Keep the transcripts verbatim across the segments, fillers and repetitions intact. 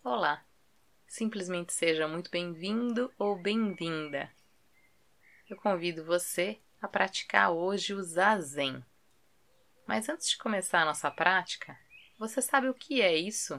Olá! Simplesmente seja muito bem-vindo ou bem-vinda. Eu convido você a praticar hoje o Zazen. Mas antes de começar a nossa prática, você sabe o que é isso?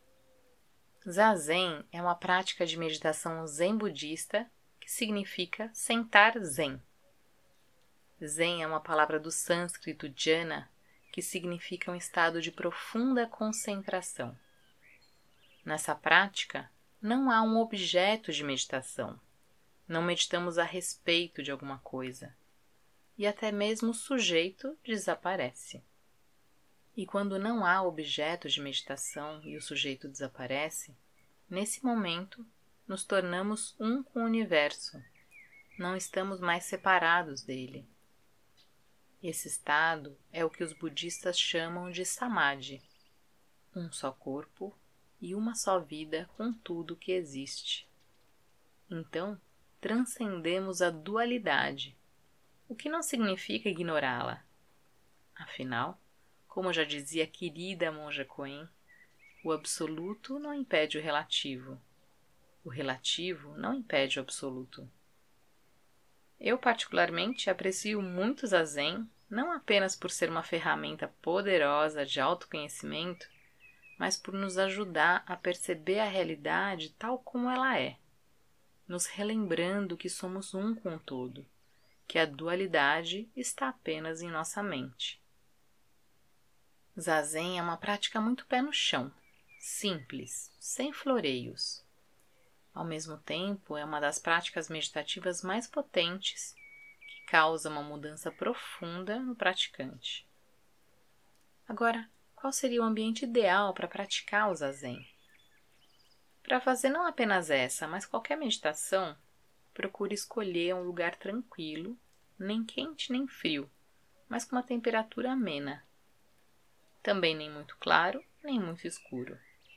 Zazen é uma prática de meditação zen budista que significa sentar zen. Zen é uma palavra do sânscrito jhana, que significa um estado de profunda concentração. Nessa prática, não há um objeto de meditação. Não meditamos a respeito de alguma coisa. E até mesmo o sujeito desaparece. E quando não há objeto de meditação e o sujeito desaparece, nesse momento nos tornamos um com o universo. Não estamos mais separados dele. Esse estado é o que os budistas chamam de samadhi, um só corpo e uma só vida com tudo que existe. Então, transcendemos a dualidade, o que não significa ignorá-la. Afinal, como já dizia a querida monja Koen, o absoluto não impede o relativo. O relativo não impede o absoluto. Eu particularmente aprecio muito o Zazen, não apenas por ser uma ferramenta poderosa de autoconhecimento, mas por nos ajudar a perceber a realidade tal como ela é, nos relembrando que somos um com o todo, que a dualidade está apenas em nossa mente. Zazen é uma prática muito pé no chão, simples, sem floreios. Ao mesmo tempo, é uma das práticas meditativas mais potentes que causa uma mudança profunda no praticante. Agora, qual seria o ambiente ideal para praticar o Zazen? Para fazer não apenas essa, mas qualquer meditação, procure escolher um lugar tranquilo, nem quente nem frio, mas com uma temperatura amena. Também nem muito claro, nem muito escuro.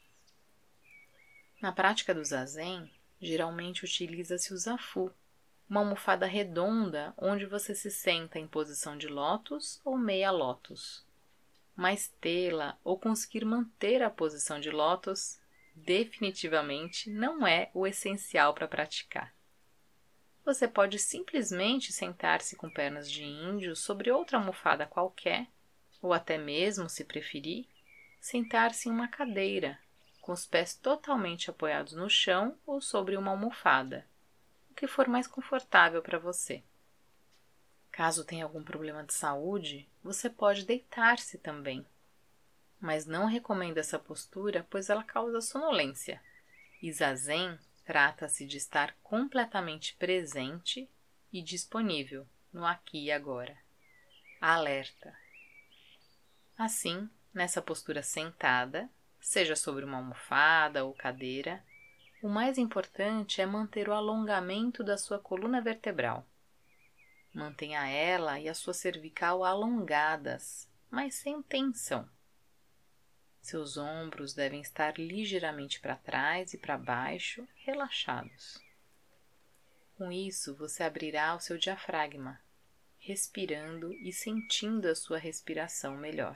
Na prática do Zazen, geralmente utiliza-se o zafu, uma almofada redonda onde você se senta em posição de lótus ou meia lótus. Mas tê-la ou conseguir manter a posição de lótus definitivamente não é o essencial para praticar. Você pode simplesmente sentar-se com pernas de índio sobre outra almofada qualquer, ou até mesmo, se preferir, sentar-se em uma cadeira, com os pés totalmente apoiados no chão ou sobre uma almofada, o que for mais confortável para você. Caso tenha algum problema de saúde, você pode deitar-se também. Mas não recomendo essa postura, pois ela causa sonolência. E Zazen trata-se de estar completamente presente e disponível no aqui e agora. Alerta! Assim, nessa postura sentada, seja sobre uma almofada ou cadeira, o mais importante é manter o alongamento da sua coluna vertebral. Mantenha ela e a sua cervical alongadas, mas sem tensão. Seus ombros devem estar ligeiramente para trás e para baixo, relaxados. Com isso, você abrirá o seu diafragma, respirando e sentindo a sua respiração melhor.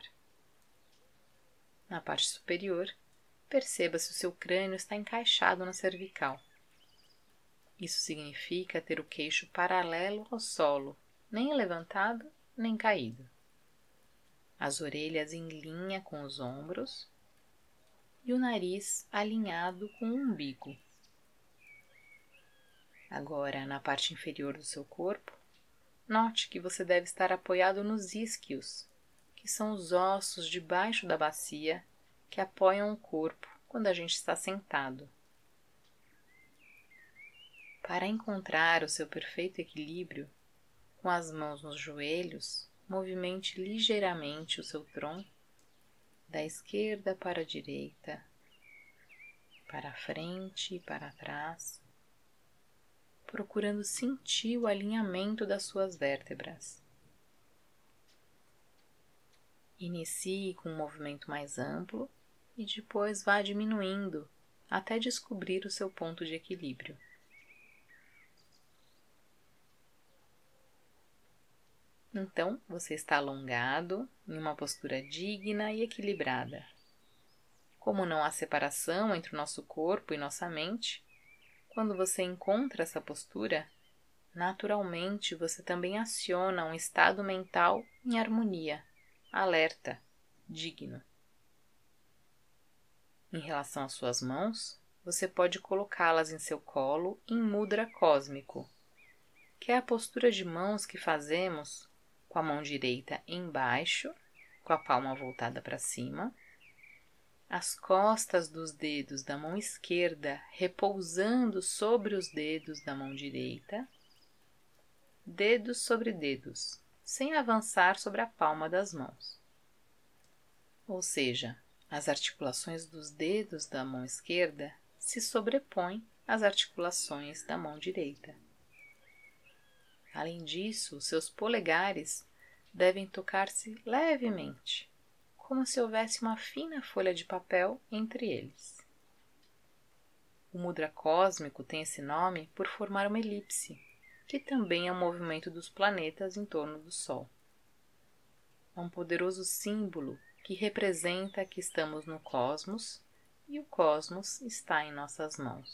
Na parte superior, perceba se o seu crânio está encaixado na cervical. Isso significa ter o queixo paralelo ao solo, nem levantado nem caído. As orelhas em linha com os ombros e o nariz alinhado com o umbigo. Agora, na parte inferior do seu corpo, note que você deve estar apoiado nos isquios, que são os ossos debaixo da bacia que apoiam o corpo quando a gente está sentado. Para encontrar o seu perfeito equilíbrio, com as mãos nos joelhos, movimente ligeiramente o seu tronco, da esquerda para a direita, para a frente e para trás, procurando sentir o alinhamento das suas vértebras. Inicie com um movimento mais amplo e depois vá diminuindo até descobrir o seu ponto de equilíbrio. Então, você está alongado, em uma postura digna e equilibrada. Como não há separação entre o nosso corpo e nossa mente, quando você encontra essa postura, naturalmente você também aciona um estado mental em harmonia, alerta, digno. Em relação às suas mãos, você pode colocá-las em seu colo em mudra cósmico, que é a postura de mãos que fazemos com a mão direita embaixo, com a palma voltada para cima, as costas dos dedos da mão esquerda repousando sobre os dedos da mão direita, dedos sobre dedos, sem avançar sobre a palma das mãos. Ou seja, as articulações dos dedos da mão esquerda se sobrepõem às articulações da mão direita. Além disso, seus polegares devem tocar-se levemente, como se houvesse uma fina folha de papel entre eles. O mudra cósmico tem esse nome por formar uma elipse, que também é o movimento dos planetas em torno do Sol. É um poderoso símbolo que representa que estamos no cosmos e o cosmos está em nossas mãos.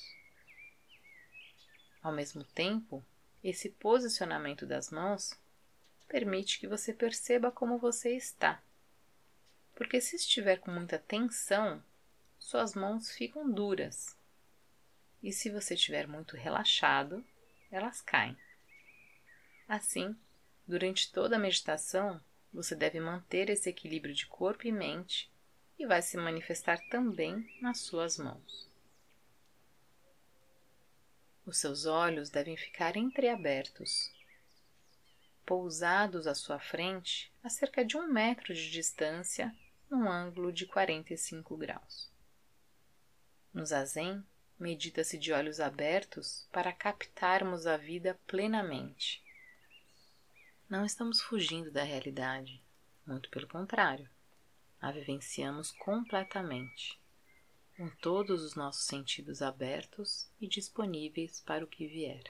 Ao mesmo tempo, esse posicionamento das mãos permite que você perceba como você está, porque se estiver com muita tensão, suas mãos ficam duras, e se você estiver muito relaxado, elas caem. Assim, durante toda a meditação, você deve manter esse equilíbrio de corpo e mente e vai se manifestar também nas suas mãos. Os seus olhos devem ficar entreabertos, pousados à sua frente a cerca de um metro de distância, num ângulo de quarenta e cinco graus. No Zazen, medita-se de olhos abertos para captarmos a vida plenamente. Não estamos fugindo da realidade, muito pelo contrário, a vivenciamos completamente, com todos os nossos sentidos abertos e disponíveis para o que vier.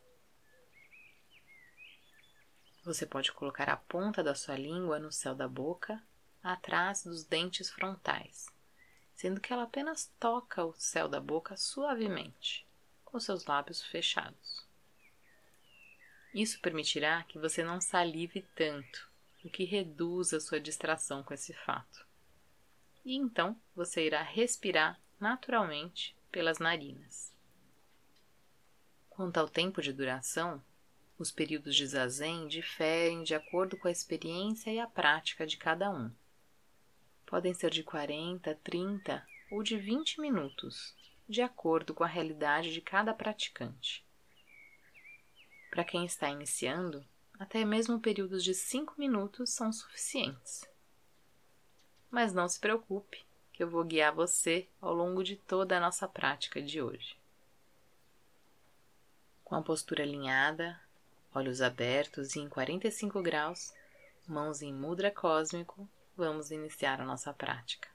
Você pode colocar a ponta da sua língua no céu da boca, atrás dos dentes frontais, sendo que ela apenas toca o céu da boca suavemente, com seus lábios fechados. Isso permitirá que você não salive tanto, o que reduz a sua distração com esse fato. E então você irá respirar naturalmente pelas narinas. Quanto ao tempo de duração, os períodos de Zazen diferem de acordo com a experiência e a prática de cada um. Podem ser de quarenta, trinta ou de vinte minutos, de acordo com a realidade de cada praticante. Para quem está iniciando, até mesmo períodos de cinco minutos são suficientes. Mas não se preocupe, que eu vou guiar você ao longo de toda a nossa prática de hoje. Com a postura alinhada, olhos abertos e em quarenta e cinco graus, mãos em mudra cósmico, vamos iniciar a nossa prática.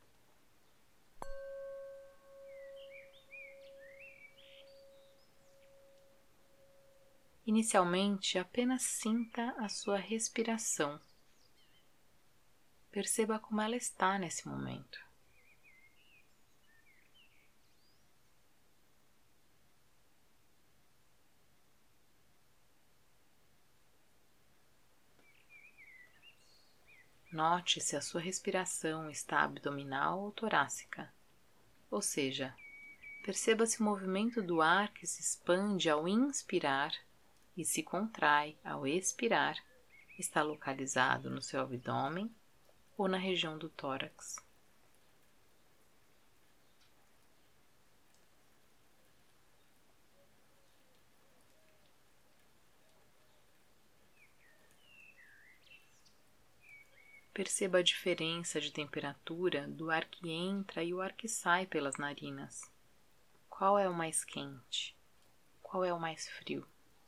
Inicialmente, apenas sinta a sua respiração. Perceba como ela está nesse momento. Note se a sua respiração está abdominal ou torácica, ou seja, perceba se o movimento do ar que se expande ao inspirar e se contrai ao expirar está localizado no seu abdômen ou na região do tórax. Perceba a diferença de temperatura do ar que entra e o ar que sai pelas narinas. Qual é o mais quente? Qual é o mais frio?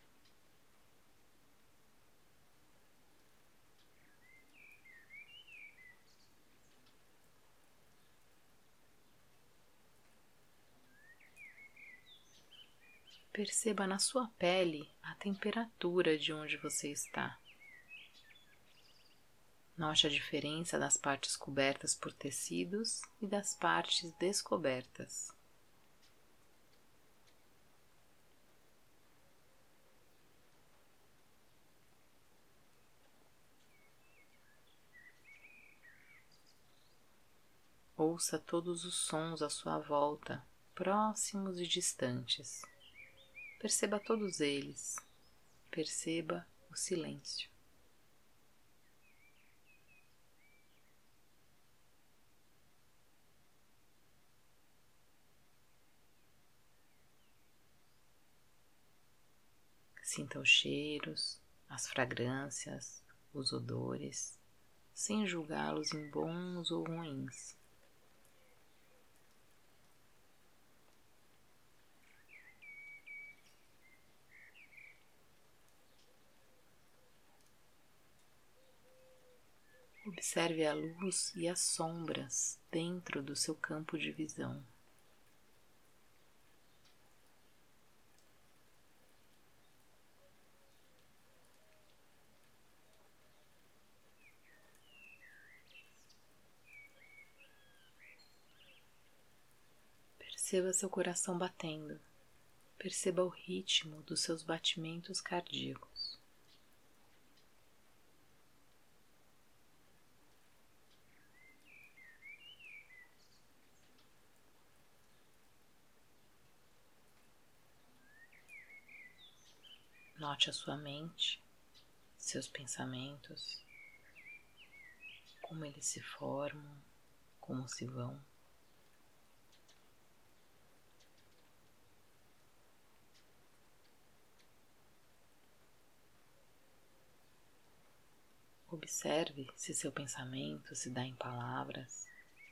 Perceba na sua pele a temperatura de onde você está. Note a diferença das partes cobertas por tecidos e das partes descobertas. Ouça todos os sons à sua volta, próximos e distantes. Perceba todos eles. Perceba o silêncio. Sinta os cheiros, as fragrâncias, os odores, sem julgá-los em bons ou ruins. Observe a luz e as sombras dentro do seu campo de visão. Perceba seu coração batendo. Perceba o ritmo dos seus batimentos cardíacos. Note a sua mente, seus pensamentos, como eles se formam, como se vão. Observe se seu pensamento se dá em palavras,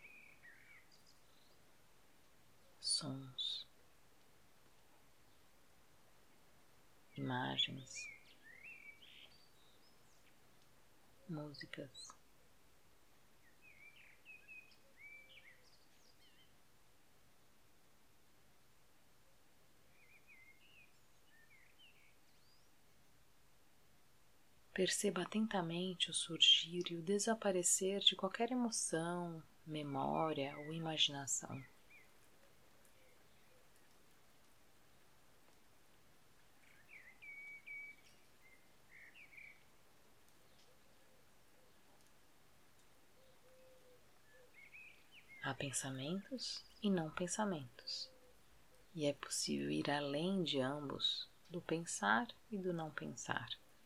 sons, imagens, músicas. Perceba atentamente o surgir e o desaparecer de qualquer emoção, memória ou imaginação. Há pensamentos e não pensamentos, e é possível ir além de ambos, do pensar e do não pensar.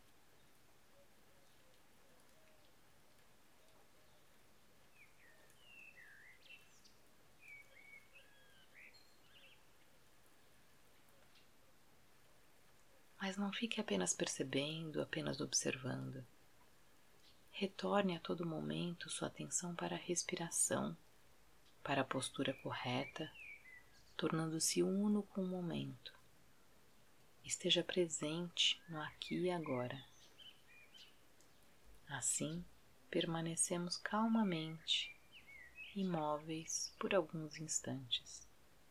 Mas não fique apenas percebendo, apenas observando. Retorne a todo momento sua atenção para a respiração, para a postura correta, tornando-se uno com o momento. Esteja presente no aqui e agora. Assim, permanecemos calmamente, imóveis por alguns instantes.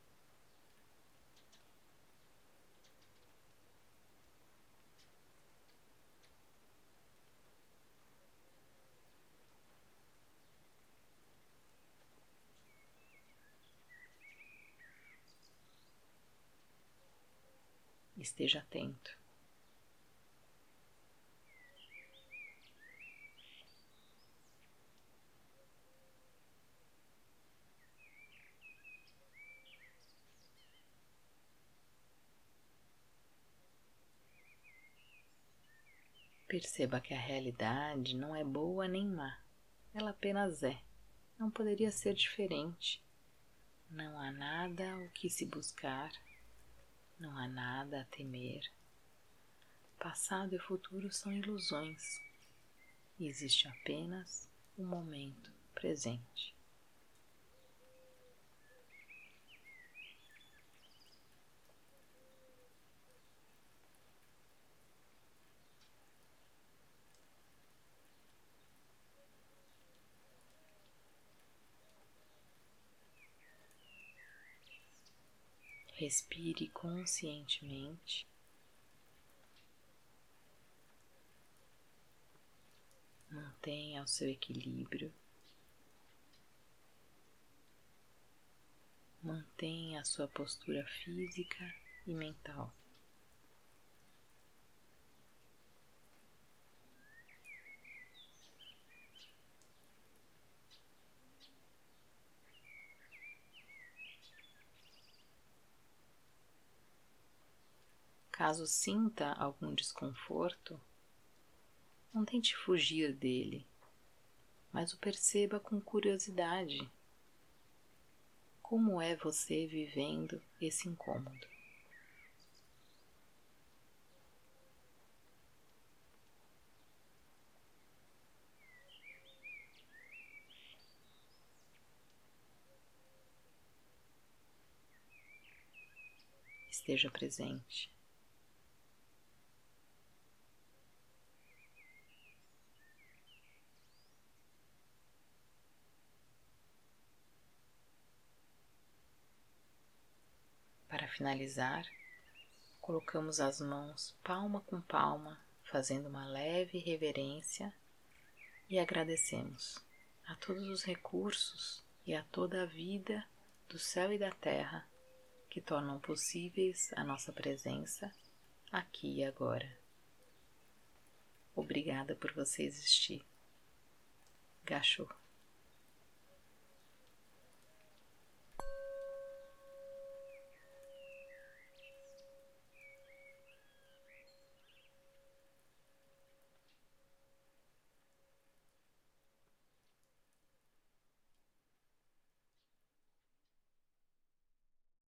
Esteja atento. Perceba que a realidade não é boa nem má, ela apenas é. Não poderia ser diferente. Não há nada o que se buscar, não há nada a temer. Passado e futuro são ilusões. Existe apenas o momento presente. Respire conscientemente, mantendo mantenha o seu equilíbrio, mantenha a sua postura física e mental. Caso sinta algum desconforto, não tente fugir dele, mas o perceba com curiosidade. Como é você vivendo esse incômodo? Esteja presente. Para finalizar, colocamos as mãos palma com palma, fazendo uma leve reverência e agradecemos a todos os recursos e a toda a vida do céu e da terra que tornam possíveis a nossa presença aqui e agora. Obrigada por você existir. Gachô.